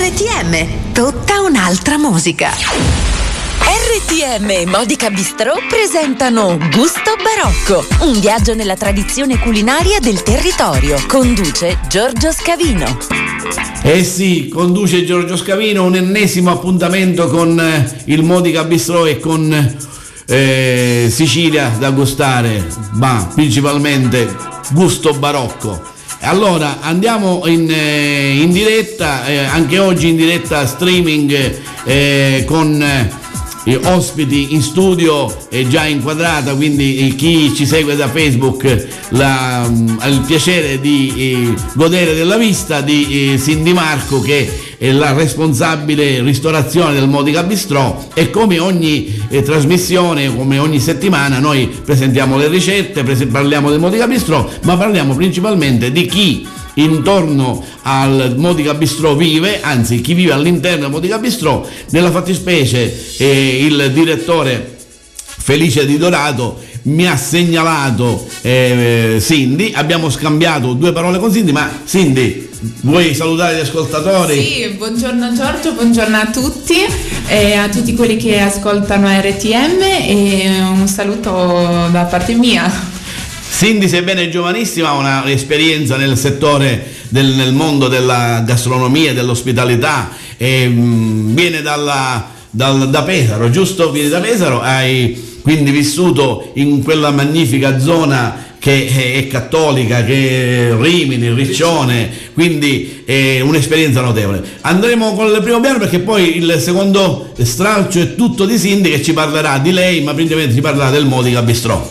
RTM, tutta un'altra musica. RTM e Modica Bistrò presentano Gusto Barocco, un viaggio nella tradizione culinaria del territorio. Conduce Giorgio Scavino. Eh sì, conduce Giorgio Scavino, un ennesimo appuntamento con il Modica Bistrò e con Sicilia da gustare, ma principalmente gusto barocco. Allora andiamo in diretta, anche oggi in diretta streaming con ospiti in studio già inquadrata, quindi chi ci segue da Facebook ha il piacere di godere della vista di Cindy Marco, che è la responsabile ristorazione del Modica Bistrò, e come ogni trasmissione, come ogni settimana, noi presentiamo le ricette, parliamo del Modica Bistrò, ma parliamo principalmente di chi intorno al Modica Bistrò vive, anzi chi vive all'interno del Modica Bistrò. Nella fattispecie il direttore Felice Di Dorato mi ha segnalato Cindy, abbiamo scambiato due parole con Cindy, ma Cindy, vuoi salutare gli ascoltatori? Sì, buongiorno Giorgio, buongiorno a tutti e a tutti quelli che ascoltano RTM, e un saluto da parte mia. Cindy, sebbene giovanissima, ha un'esperienza nel settore nel mondo della gastronomia e dell'ospitalità, e viene da Pesaro, giusto? Vieni da Pesaro, hai quindi vissuto in quella magnifica zona che è cattolica, che è Rimini, Riccione, quindi è un'esperienza notevole. Andremo con il primo piano, perché poi il secondo stralcio è tutto di Cindy, che ci parlerà di lei, ma principalmente ci parlerà del Modica Bistrò.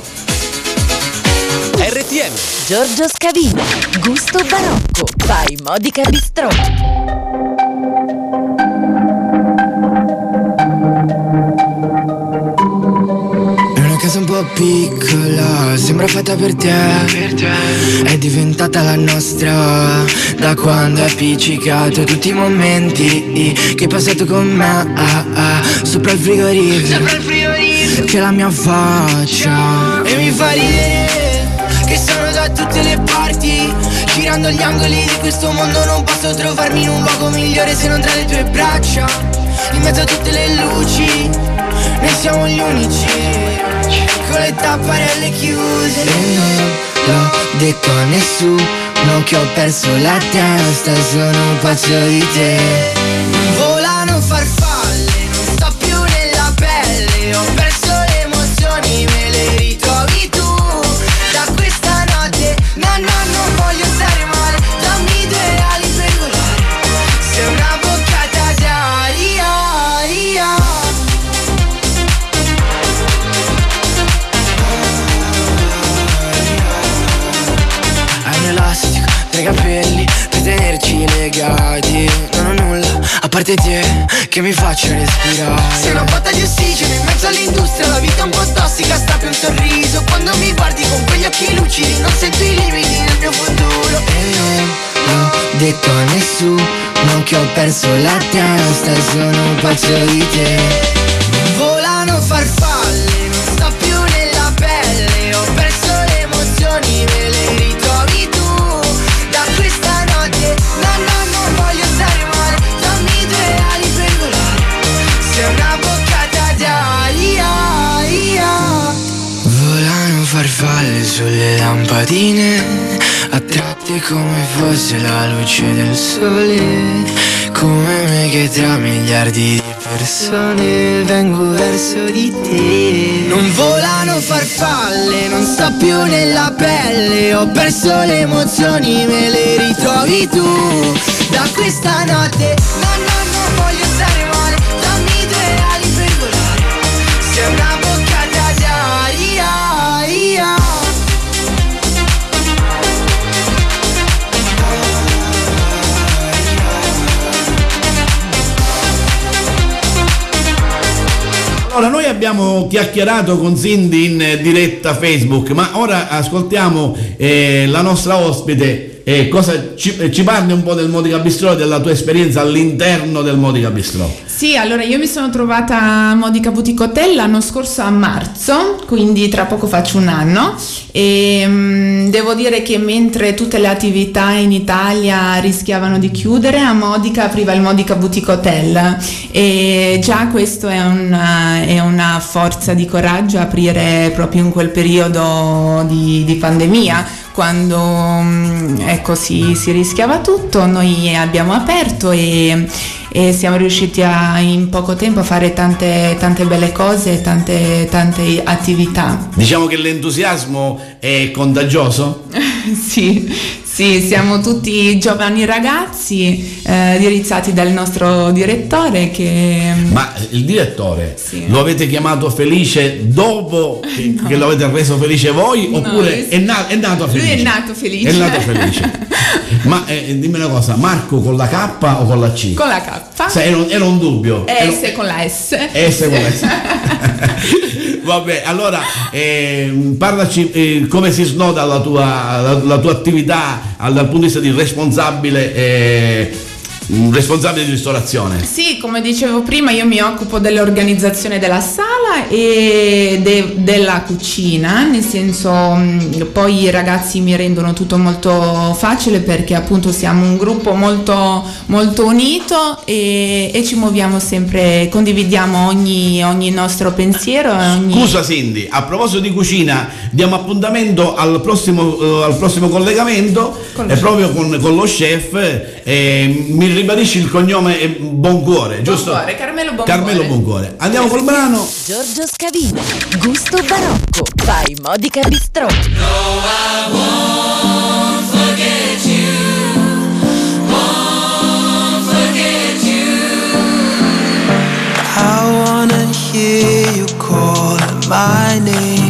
RTM Giorgio Scavino, gusto barocco by Modica Bistrò. È una casa un po' piccola, sembra fatta per te. È diventata la nostra da quando hai appiccicato tutti i momenti che hai passato con me, sopra il frigorifero. C'è la mia faccia e mi fa ridere che sono da tutte le parti, girando gli angoli di questo mondo. Non posso trovarmi in un luogo migliore se non tra le tue braccia, in mezzo a tutte le luci. Noi siamo gli unici, con le tapparelle chiuse. E non l'ho detto a nessuno che ho perso la testa, sono pazzo di te. Volano farfalle, non sto più nella pelle, ho perso le emozioni, me le ritrovi tu. Da questa notte, no, non voglio stare male, dammi due ali per volare, sei una boccata d'aria. Hai un elastico tra i capelli per tenerci legati. Non ho nulla a parte te che mi faccia respirare. Sei una botta di ossigeno in mezzo all'industria, la vita è un po' tossica, sta più un sorriso quando mi guardi con quegli occhi lucidi. Non sento i limiti nel mio futuro. E non l'ho detto a nessuno che ho perso la testa, sono pazzo di te. Volano farfalle, non sto più nella pelle, ho perso le emozioni, me le ritrovi tu. Da questa notte, no, non voglio stare male, dammi due ali per volare, sei una boccata d'aria. Volano farfalle sulle lampadine, attratte come fosse la luce del sole, come me che tra miliardi di persone vengo verso di te. Non volano farfalle, non sto più nella pelle, ho perso le emozioni, me le ritrovi tu. Da questa notte, no, non voglio stare male, dammi due ali per volare, sei una boccata d'aria. Allora, noi abbiamo chiacchierato con Cindy in diretta Facebook, ma ora ascoltiamo la nostra ospite. Cosa ci parli un po' del Modica Bistrò e della tua esperienza all'interno del Modica Bistrò? Sì, allora io mi sono trovata a Modica Boutique Hotel l'anno scorso a marzo, quindi tra poco faccio un anno, e devo dire che mentre tutte le attività in Italia rischiavano di chiudere, a Modica apriva il Modica Boutique Hotel, e già questo è una forza di coraggio, aprire proprio in quel periodo di pandemia, quando ecco si rischiava tutto. Noi abbiamo aperto e siamo riusciti in poco tempo a fare tante belle cose, tante attività. Diciamo che l'entusiasmo è contagioso? Sì, siamo tutti giovani ragazzi dirizzati dal nostro direttore che... Ma il direttore sì. Lo avete chiamato felice dopo che lo avete reso felice voi, oppure è nato felice? Lui è nato felice. È nato felice. Ma dimmi una cosa, Marco con la K o con la C? Con la K. Era un dubbio. S con la S. S con la S. Vabbè, allora parlaci come si snoda la tua attività dal punto di vista di responsabile di ristorazione. Sì, come dicevo prima, io mi occupo dell'organizzazione della sala e della cucina, nel senso poi i ragazzi mi rendono tutto molto facile, perché appunto siamo un gruppo molto, molto unito e ci muoviamo sempre, condividiamo ogni nostro pensiero. Scusa Cindy, a proposito di cucina, diamo appuntamento al prossimo collegamento proprio con lo chef. Mi ribadisci il cognome Boncuore, giusto? Boncuore, Carmelo Boncuore. Andiamo col brano. Giorgio Scavino, Gusto Barocco, by Modica Bistro. No, I won't forget you, won't forget you. I wanna hear you call my name.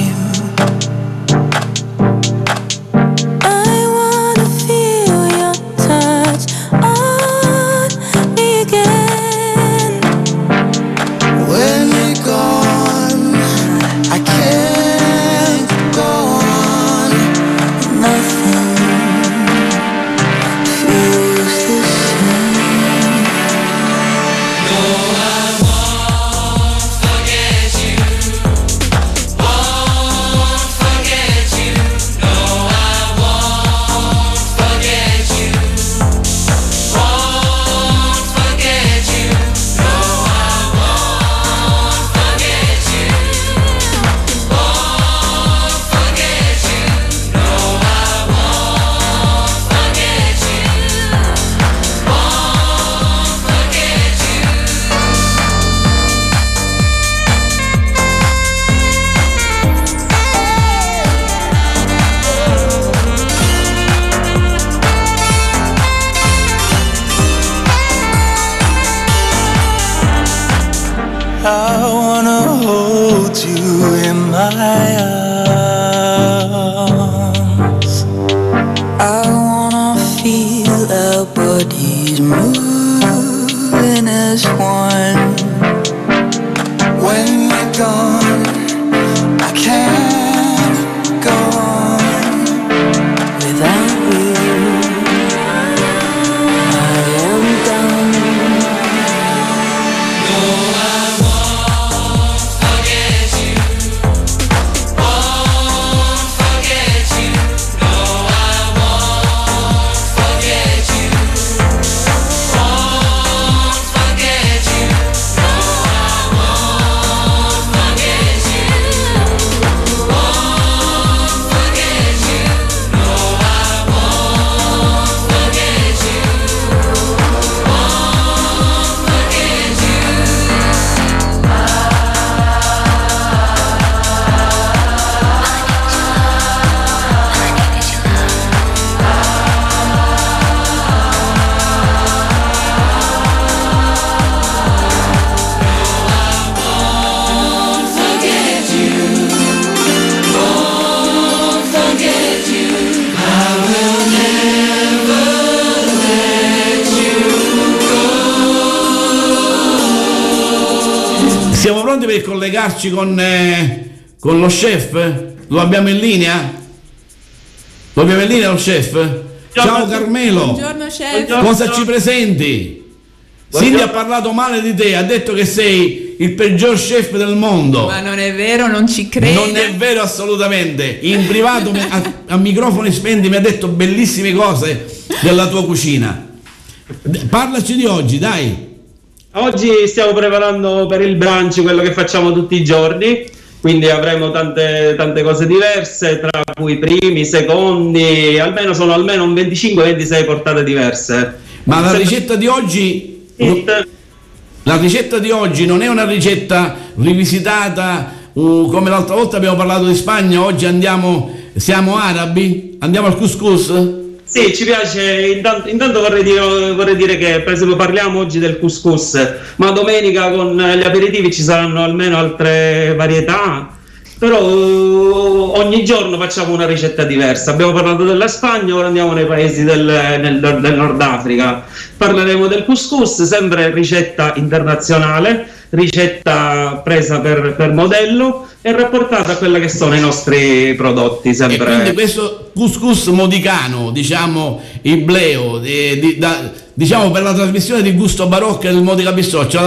Siamo pronti per collegarci con lo chef? Lo abbiamo in linea? Lo abbiamo in linea lo chef? Ciao Carmelo. Buongiorno chef. Cosa ci presenti? Cindy ha parlato male di te, ha detto che sei il peggior chef del mondo. Ma non è vero, non ci credo. Non è vero assolutamente. In privato a microfoni spenti mi ha detto bellissime cose della tua cucina. Parlaci di oggi, dai. Oggi stiamo preparando per il brunch quello che facciamo tutti i giorni, quindi avremo tante cose diverse, tra cui primi, secondi, sono almeno un 25-26 portate diverse. Ma la ricetta di oggi... La ricetta di oggi non è una ricetta rivisitata come l'altra volta abbiamo parlato di Spagna, oggi siamo arabi? Andiamo al couscous? Sì, ci piace. Intanto vorrei dire che per esempio parliamo oggi del couscous, ma domenica con gli aperitivi ci saranno almeno altre varietà, però ogni giorno facciamo una ricetta diversa. Abbiamo parlato della Spagna, ora andiamo nei paesi del Nord Africa. Parleremo del couscous, sempre ricetta internazionale, ricetta presa per modello e rapportata a quella che sono i nostri prodotti. Sempre. E quindi questo couscous modicano, diciamo ibleo, diciamo per la trasmissione di Gusto Barocco e del Modica Bistrò, ce lo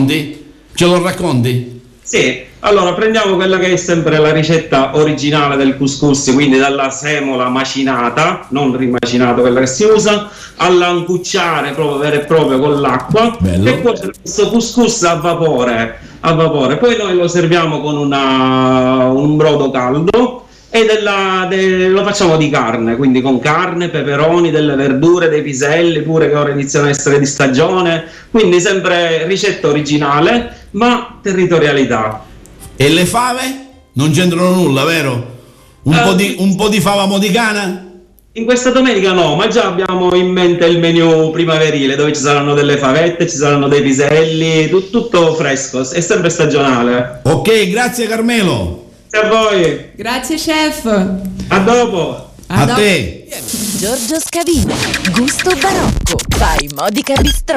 racconti? Sì, allora prendiamo quella che è sempre la ricetta originale del couscous, quindi dalla semola macinata, non rimacinata quella che si usa, all'ancucciare proprio vero e proprio con l'acqua. Bello. E poi questo couscous a vapore, poi noi lo serviamo con un brodo caldo e lo facciamo di carne, quindi con carne, peperoni, delle verdure, dei piselli pure che ora iniziano a essere di stagione, quindi sempre ricetta originale ma territorialità. E le fave? Non c'entrano nulla, vero? Un po' di fava modicana? In questa domenica no, ma già abbiamo in mente il menù primaverile dove ci saranno delle favette, ci saranno dei piselli, tutto fresco, è sempre stagionale. Ok, grazie Carmelo. Grazie a voi. Grazie chef. A dopo. A te. Giorgio Scavino, Gusto Barocco, by Modica Bistrò.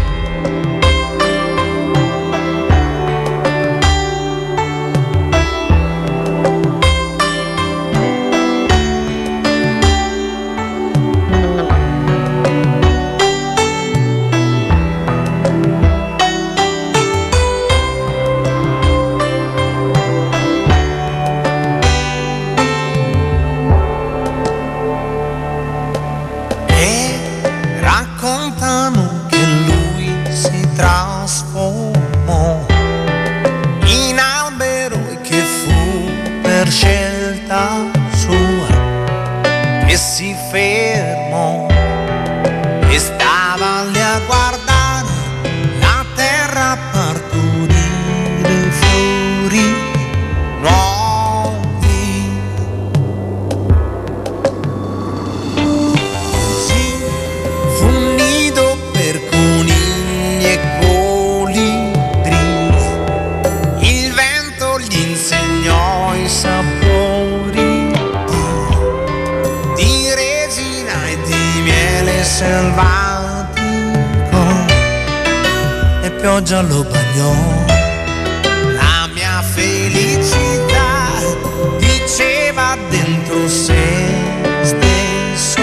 Pioggia lo bagnò, la mia felicità diceva dentro se stesso,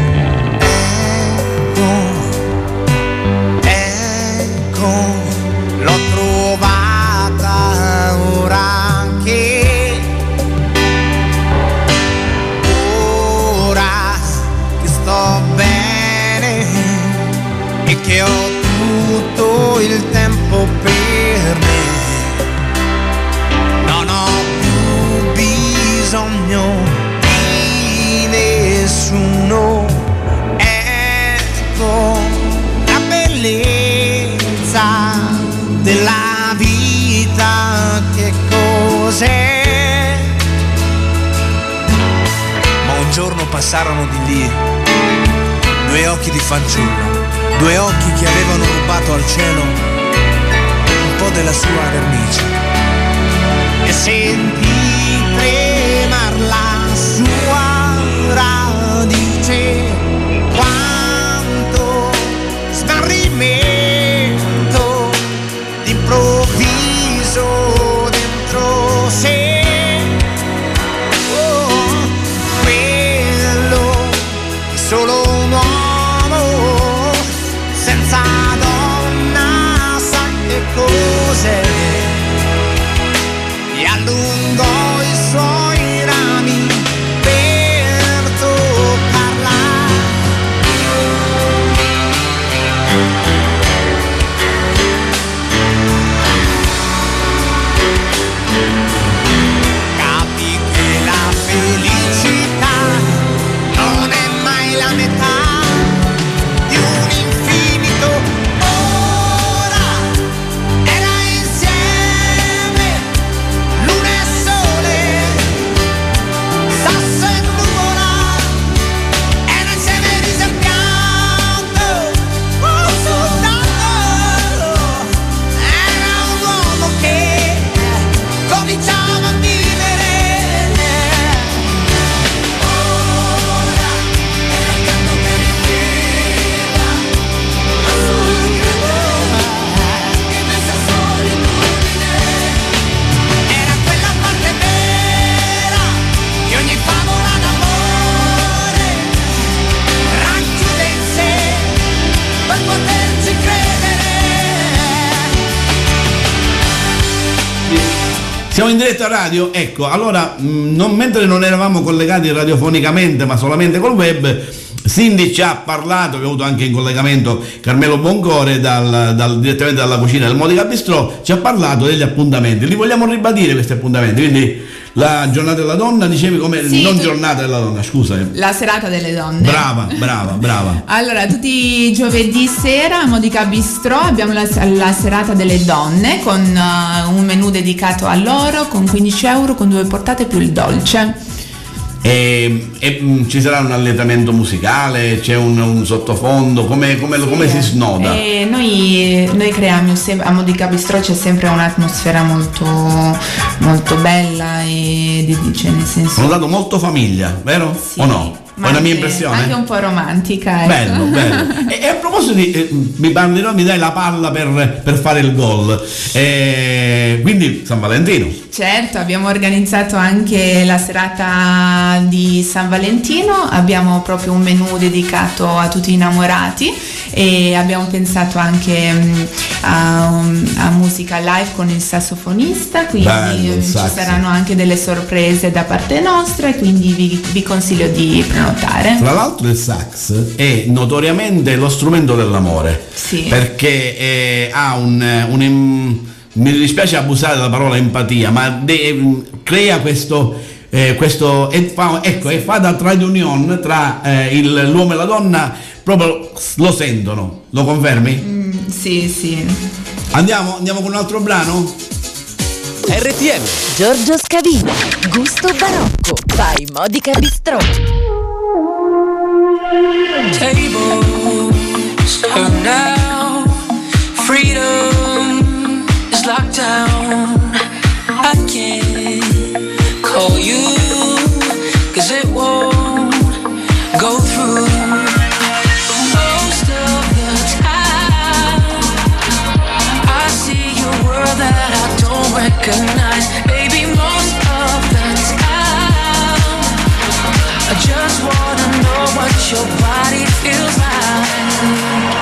ecco, l'ho trovata ora che sto bene e che ho tutto il tempo per me, non ho più bisogno di nessuno, ecco la bellezza della vita, che cos'è? Ma un giorno passarono di lì due occhi di fanciullo, due occhi che avevano rubato al cielo un po' della sua vernice, e sentì tremar la sua radice, quanto smarrimento d'improvviso dentro sé. Oh, quello che solo un uomo senza donna Siamo in diretta radio, ecco, allora mentre non eravamo collegati radiofonicamente ma solamente col web, Cindy ci ha parlato, abbiamo avuto anche in collegamento Carmelo Boncore direttamente dalla cucina del Modica Bistrò, ci ha parlato degli appuntamenti, li vogliamo ribadire questi appuntamenti, quindi la giornata della donna, dicevi come Sì, giornata della donna, scusa. La serata delle donne. Brava. Allora, tutti i giovedì sera a Modica Bistrò abbiamo la serata delle donne con un menù dedicato a loro con 15 euro con 2 portate più il dolce. E ci sarà un allineamento musicale, c'è un sottofondo, come si snoda? Noi creiamo a Modica Bistrò, c'è sempre un'atmosfera molto, molto bella e cioè nel senso. Sono dato molto famiglia, vero? Sì, o no? È una mia impressione? Anche un po' romantica, ecco. Bello. E a proposito di mi dai la palla per fare il gol. Quindi San Valentino. Certo, abbiamo organizzato anche la serata di San Valentino, abbiamo proprio un menù dedicato a tutti i innamorati e abbiamo pensato anche a musica live con il sassofonista, quindi bello, ci saranno anche delle sorprese da parte nostra e quindi vi consiglio di prenotare. Tra l'altro il sax è notoriamente lo strumento dell'amore, sì, perché ha mi dispiace abusare della parola empatia, ma crea questo e fa da trade union tra l'uomo e la donna, proprio lo sentono, lo confermi? Sì. Andiamo con un altro brano? RTM Giorgio Scavino, Gusto Barocco, by Modica Bistrò. Tables turn now, freedom is locked down. I can't call you, 'cause it won't go through. Most of the time I see your world that I don't recognize. Baby, most of the time I just wanna know what your body feels like.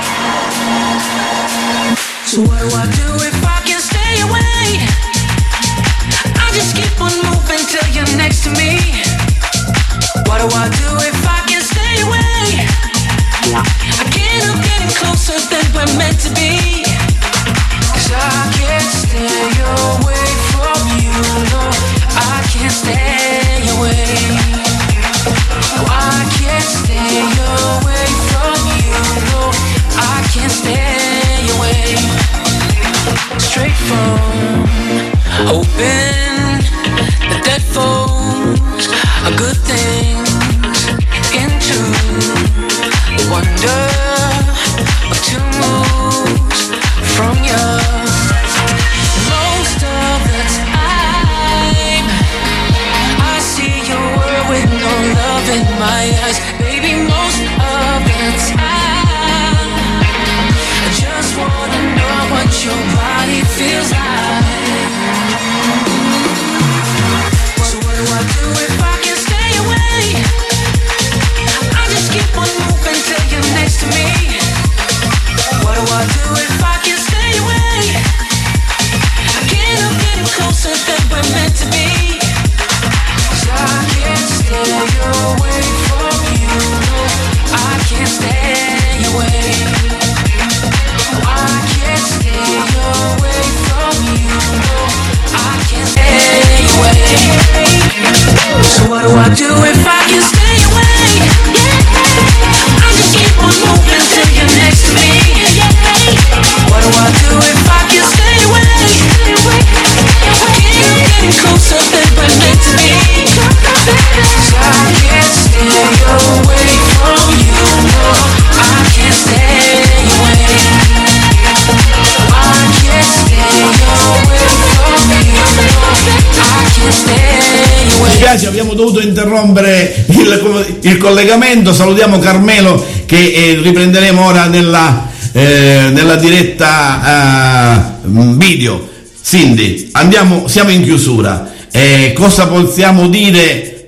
So what do I do if I can't stay away? I just keep on moving till you're next to me. What do I do if I can't stay away? I can't help getting closer than we're meant to be. 'Cause I can't stay away from you, no, I can't stay away. No, I can't stay away from you, no, I can't stay away. Straight from open the dead phones are good things into the wonder of 2 moves from you. Most of the time I see your world with no love in my eyes. Baby, most of the time I just wanna know what your body feels like. So what do I do if I can't stay away? I just keep on moving till you're next to me. What do I do if I can't stay away? I can't help getting closer than we're meant to be. 'Cause I can't stay away from you, no, I can't stay away. No, I can't stay away from you, no, I can't stay away. So what do I do if I can't stay away? I just keep on moving till you're next to me. What do I do if I can't stay away? I can't help getting closer than we're meant to be. 'Cause I can't stay away from you, no, I can't stay away. I can't stay away from you, no, I can't stay away. Mi spiace, abbiamo dovuto interrompere il collegamento. Salutiamo Carmelo che riprenderemo ora nella diretta video. Cindy, siamo in chiusura. Cosa possiamo dire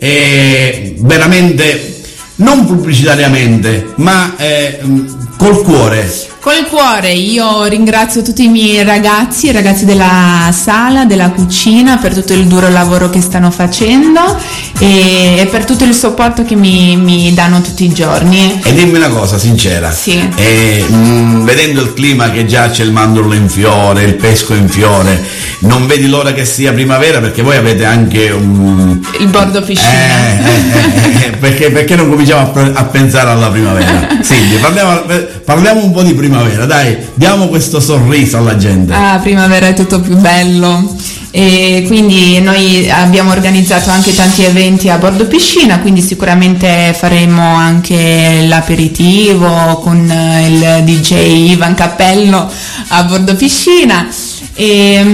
veramente, non pubblicitariamente, ma col cuore? Col cuore io ringrazio tutti i miei ragazzi, i ragazzi della sala, della cucina, per tutto il duro lavoro che stanno facendo e per tutto il supporto che mi danno tutti i giorni. E dimmi una cosa sincera, sì. Vedendo il clima che già c'è il mandorlo in fiore, il pesco in fiore, non vedi l'ora che sia primavera, perché voi avete anche il bordo piscina. Perché non cominciamo a pensare alla primavera? Sì, parliamo un po' di primavera, dai, diamo questo sorriso alla gente. Primavera è tutto più bello. E quindi noi abbiamo organizzato anche tanti eventi a bordo piscina, quindi sicuramente faremo anche l'aperitivo con il DJ Ivan Cappello a bordo piscina e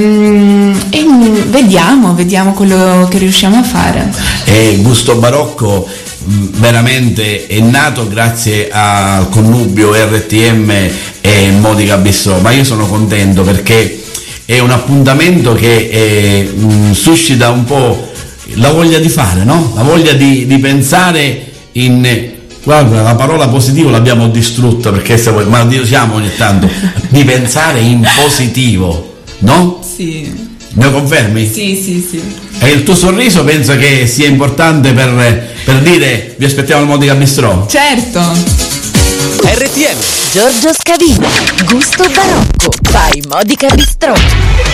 vediamo quello che riusciamo a fare. Gusto Barocco veramente è nato grazie al connubio RTM e Modica Bistro, ma io sono contento perché è un appuntamento che suscita un po' la voglia di fare, no? La voglia di pensare in... Guarda, la parola positivo l'abbiamo distrutta perché ma usiamo ogni tanto, di pensare in positivo, no? Sì. Me lo confermi? Sì. E il tuo sorriso penso che sia importante per dire vi aspettiamo al Modica Bistro? Certo. RTM Giorgio Scavino, Gusto Barocco, by Modica Bistro.